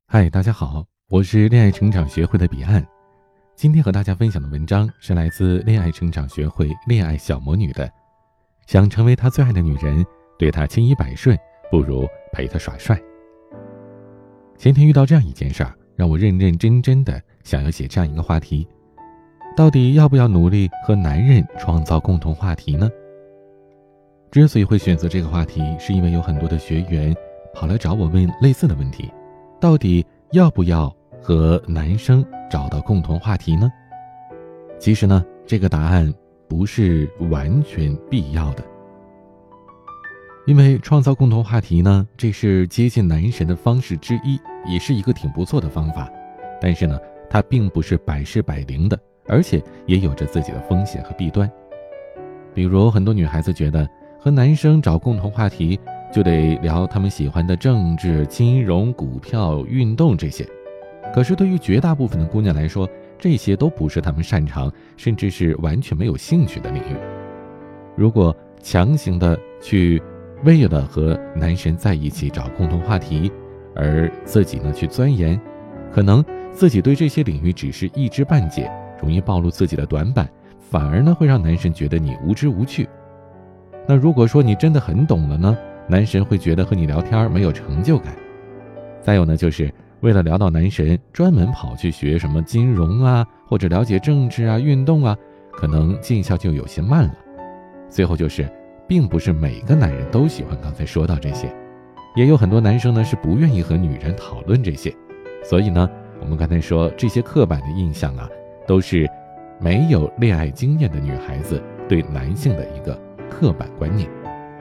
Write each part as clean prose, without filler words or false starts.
嗨，大家好，我是恋爱成长学会的彼岸。今天和大家分享的文章是来自恋爱成长学会恋爱小魔女的。想成为她最爱的女人，对她千依百顺，不如陪她耍帅。前天遇到这样一件事儿，让我认认真真的想要写这样一个话题：到底要不要努力和男人创造共同话题呢？之所以会选择这个话题，是因为有很多的学员跑来找我问类似的问题，到底要不要和男生找到共同话题呢？其实呢，这个答案不是完全必要的。因为创造共同话题呢，这是接近男神的方式之一，也是一个挺不错的方法。但是呢，它并不是百试百灵的，而且也有着自己的风险和弊端。比如很多女孩子觉得和男生找共同话题就得聊他们喜欢的政治、金融、股票、运动这些。可是对于绝大部分的姑娘来说，这些都不是她们擅长，甚至是完全没有兴趣的领域。如果强行的去为了和男神在一起找共同话题，而自己呢去钻研，可能自己对这些领域只是一知半解，容易暴露自己的短板，反而呢会让男神觉得你无知无趣。那如果说你真的很懂了呢，男神会觉得和你聊天没有成就感。再有呢，就是为了聊到男神，专门跑去学什么金融啊，或者了解政治啊、运动啊，可能见效就有些慢了。最后就是，并不是每个男人都喜欢刚才说到这些，也有很多男生呢是不愿意和女人讨论这些。所以呢，我们刚才说这些刻板的印象啊，都是没有恋爱经验的女孩子对男性的一个刻板观念。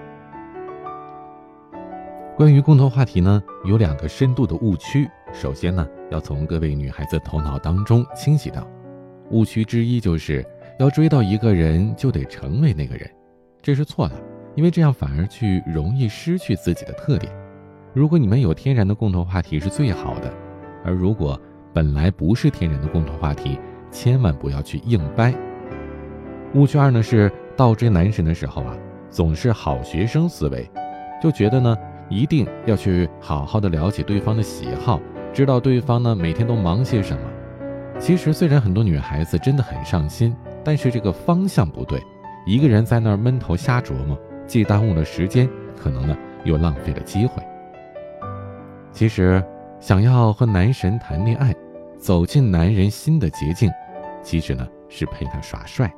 关于共同话题呢，有2个深度的误区。首先呢，要从各位女孩子头脑当中清洗掉。误区之一就是要追到一个人就得成为那个人，这是错的，因为这样反而去容易失去自己的特点。如果你们有天然的共同话题是最好的，而如果本来不是天然的共同话题，千万不要去硬掰。误区2呢是倒追男神的时候啊，总是好学生思维，就觉得呢一定要去好好的了解对方的喜好，知道对方呢每天都忙些什么。其实虽然很多女孩子真的很上心，但是这个方向不对，一个人在那儿闷头瞎琢磨，既耽误了时间，可能呢又浪费了机会。其实想要和男神谈恋爱，走进男人心的捷径，其实呢是陪他耍帅。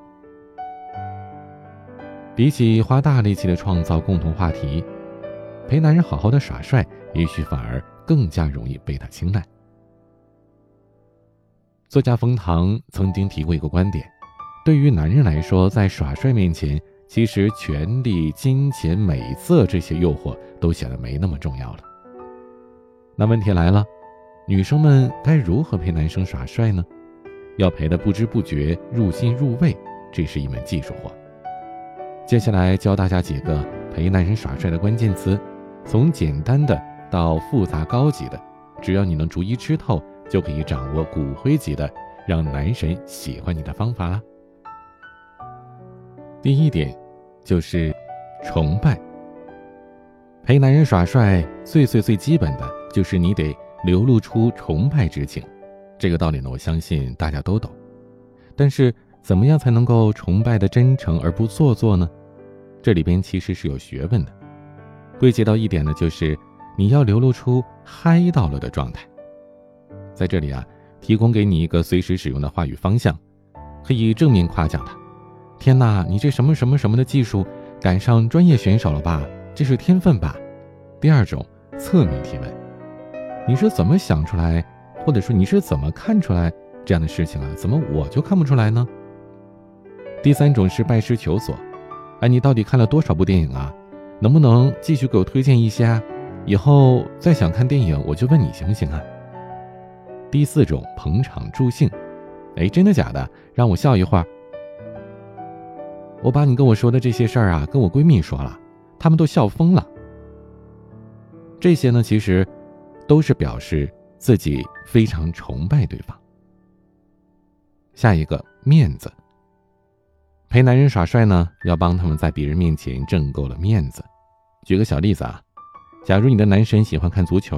比起花大力气的创造共同话题，陪男人好好的耍帅，也许反而更加容易被他青睐。作家冯唐曾经提过一个观点，对于男人来说，在耍帅面前，其实权力、金钱、美色这些诱惑都显得没那么重要了。那问题来了，女生们该如何陪男生耍帅呢？要陪得不知不觉，入心入味，这是一门技术活。接下来教大家几个陪男人耍帅的关键词，从简单的到复杂高级的，只要你能逐一吃透，就可以掌握骨灰级的让男神喜欢你的方法啦。第一点就是崇拜。陪男人耍帅最基本的就是你得流露出崇拜之情，这个道理呢，我相信大家都懂。但是怎么样才能够崇拜的真诚而不做作呢？这里边其实是有学问的。归结到一点呢，就是你要流露出嗨到了的状态。在这里啊，提供给你一个随时使用的话语方向，可以正面夸奖他：天哪，你这什么什么什么的技术赶上专业选手了吧，这是天分吧。第二种，侧面提问：你是怎么想出来，或者说你是怎么看出来这样的事情啊？怎么我就看不出来呢？第三种是拜师求索：你到底看了多少部电影啊？能不能继续给我推荐一些啊？以后再想看电影我就问你行不行啊？第四种，捧场助兴：真的假的？让我笑一会儿。我把你跟我说的这些事儿啊，跟我闺蜜说了，她们都笑疯了。这些呢，其实都是表示自己非常崇拜对方。下一个，面子。陪男人耍帅呢，要帮他们在别人面前挣够了面子。举个小例子啊，假如你的男神喜欢看足球，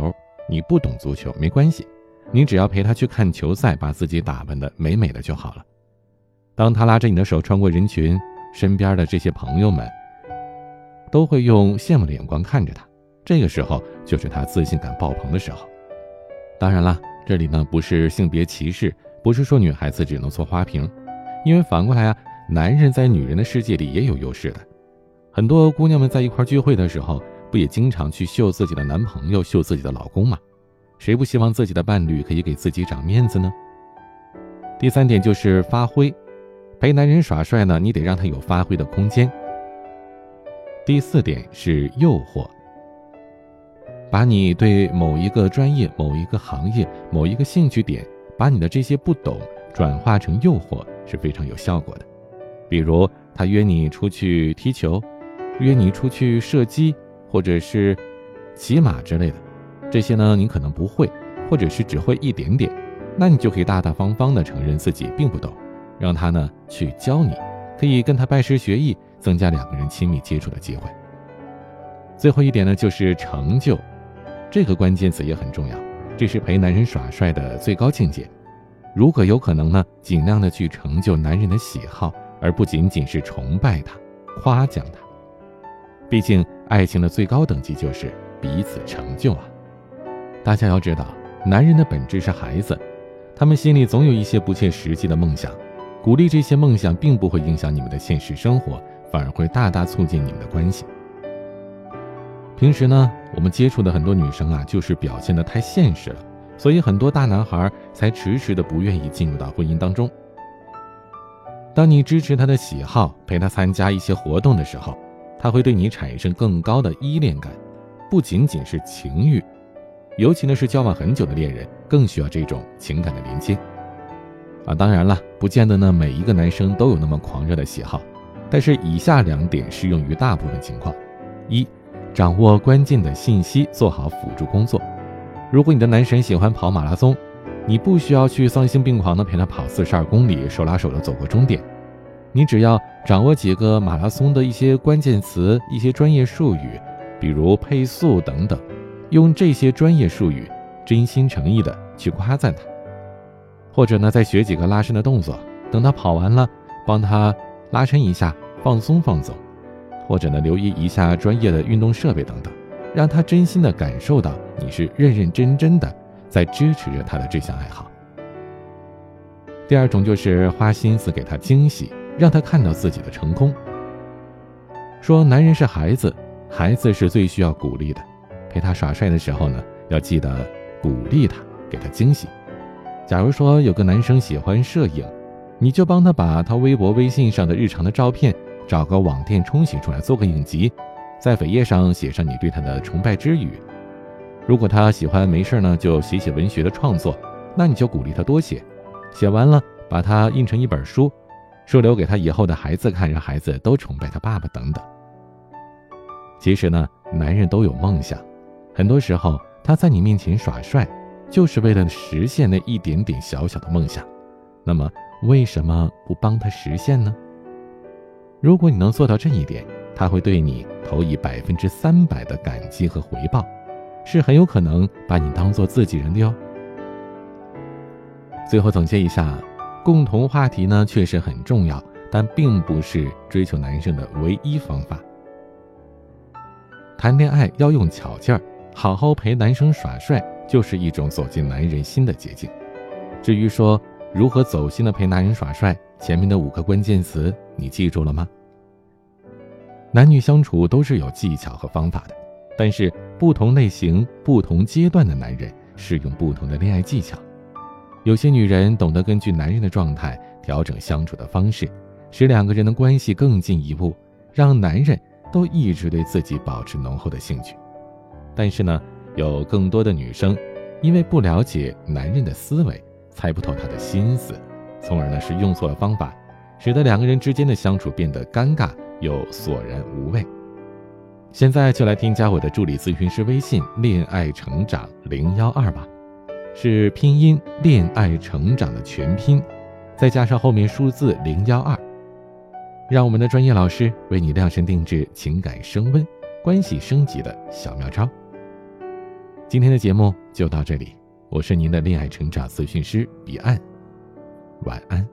你不懂足球没关系，你只要陪他去看球赛，把自己打扮得美美的就好了。当他拉着你的手穿过人群，身边的这些朋友们都会用羡慕的眼光看着他，这个时候就是他自信感爆棚的时候。当然了，这里呢不是性别歧视，不是说女孩子只能做花瓶，因为反过来啊，男人在女人的世界里也有优势的。很多姑娘们在一块聚会的时候，不也经常去秀自己的男朋友，秀自己的老公吗？谁不希望自己的伴侣可以给自己长面子呢？第3点就是发挥，陪男人耍帅呢，你得让他有发挥的空间。第4点是诱惑，把你对某一个专业、某一个行业、某一个兴趣点，把你的这些不懂转化成诱惑是非常有效果的。比如他约你出去踢球，约你出去射击，或者是骑马之类的，这些呢你可能不会，或者是只会一点点，那你就可以大大方方地承认自己并不懂，让他呢去教你，可以跟他拜师学艺，增加2个人亲密接触的机会。最后一点呢就是成就，这个关键词也很重要，这是陪男人耍帅的最高境界。如果有可能呢，尽量的去成就男人的喜好，而不仅仅是崇拜他、夸奖他。毕竟爱情的最高等级就是彼此成就啊。大家要知道，男人的本质是孩子，他们心里总有一些不切实际的梦想，鼓励这些梦想并不会影响你们的现实生活，反而会大大促进你们的关系。平时呢，我们接触的很多女生啊，就是表现得太现实了，所以很多大男孩才迟迟的不愿意进入到婚姻当中。当你支持他的喜好，陪他参加一些活动的时候，他会对你产生更高的依恋感，不仅仅是情欲，尤其呢是交往很久的恋人，更需要这种情感的连接。当然了，不见得呢每一个男生都有那么狂热的喜好，但是以下2点适用于大部分情况。1，掌握关键的信息，做好辅助工作。如果你的男神喜欢跑马拉松，你不需要去丧心病狂的陪他跑42公里，手拉手的走过终点，你只要掌握几个马拉松的一些关键词、一些专业术语，比如配速等等，用这些专业术语真心诚意的去夸赞他，或者呢再学几个拉伸的动作，等他跑完了帮他拉伸一下，放松放松，或者呢留意一下专业的运动设备等等，让他真心的感受到你是认认真真的在支持着他的这项爱好。第2种就是花心思给他惊喜，让他看到自己的成功。说男人是孩子，孩子是最需要鼓励的，陪他耍帅的时候呢，要记得鼓励他，给他惊喜。假如说有个男生喜欢摄影，你就帮他把他微博、微信上的日常的照片找个网店冲洗出来，做个影集，在扉页上写上你对他的崇拜之语。如果他喜欢没事呢就写写文学的创作，那你就鼓励他多写，写完了把它印成一本书，收留给他以后的孩子看，让孩子都崇拜他爸爸等等。其实呢，男人都有梦想，很多时候他在你面前耍帅，就是为了实现那一点点小小的梦想。那么为什么不帮他实现呢？如果你能做到这一点，他会对你投以300%的感激和回报，是很有可能把你当做自己人的哟。最后总结一下，共同话题呢确实很重要，但并不是追求男生的唯一方法。谈恋爱要用巧劲儿，好好陪男生耍帅，就是一种走进男人心的捷径。至于说如何走心的陪男人耍帅，前面的5个关键词你记住了吗？男女相处都是有技巧和方法的，但是不同类型、不同阶段的男人适用不同的恋爱技巧。有些女人懂得根据男人的状态调整相处的方式，使2个人的关系更进一步，让男人都一直对自己保持浓厚的兴趣。但是呢，有更多的女生因为不了解男人的思维，猜不透他的心思，从而呢是用错了方法，使得2个人之间的相处变得尴尬又索然无味。现在就来添加我的助理咨询师微信恋爱成长012吧，是拼音恋爱成长的全拼，再加上后面数字012，让我们的专业老师为你量身定制情感升温、关系升级的小妙招。 今天的节目就到这里，我是您的恋爱成长咨询师彼岸，晚安。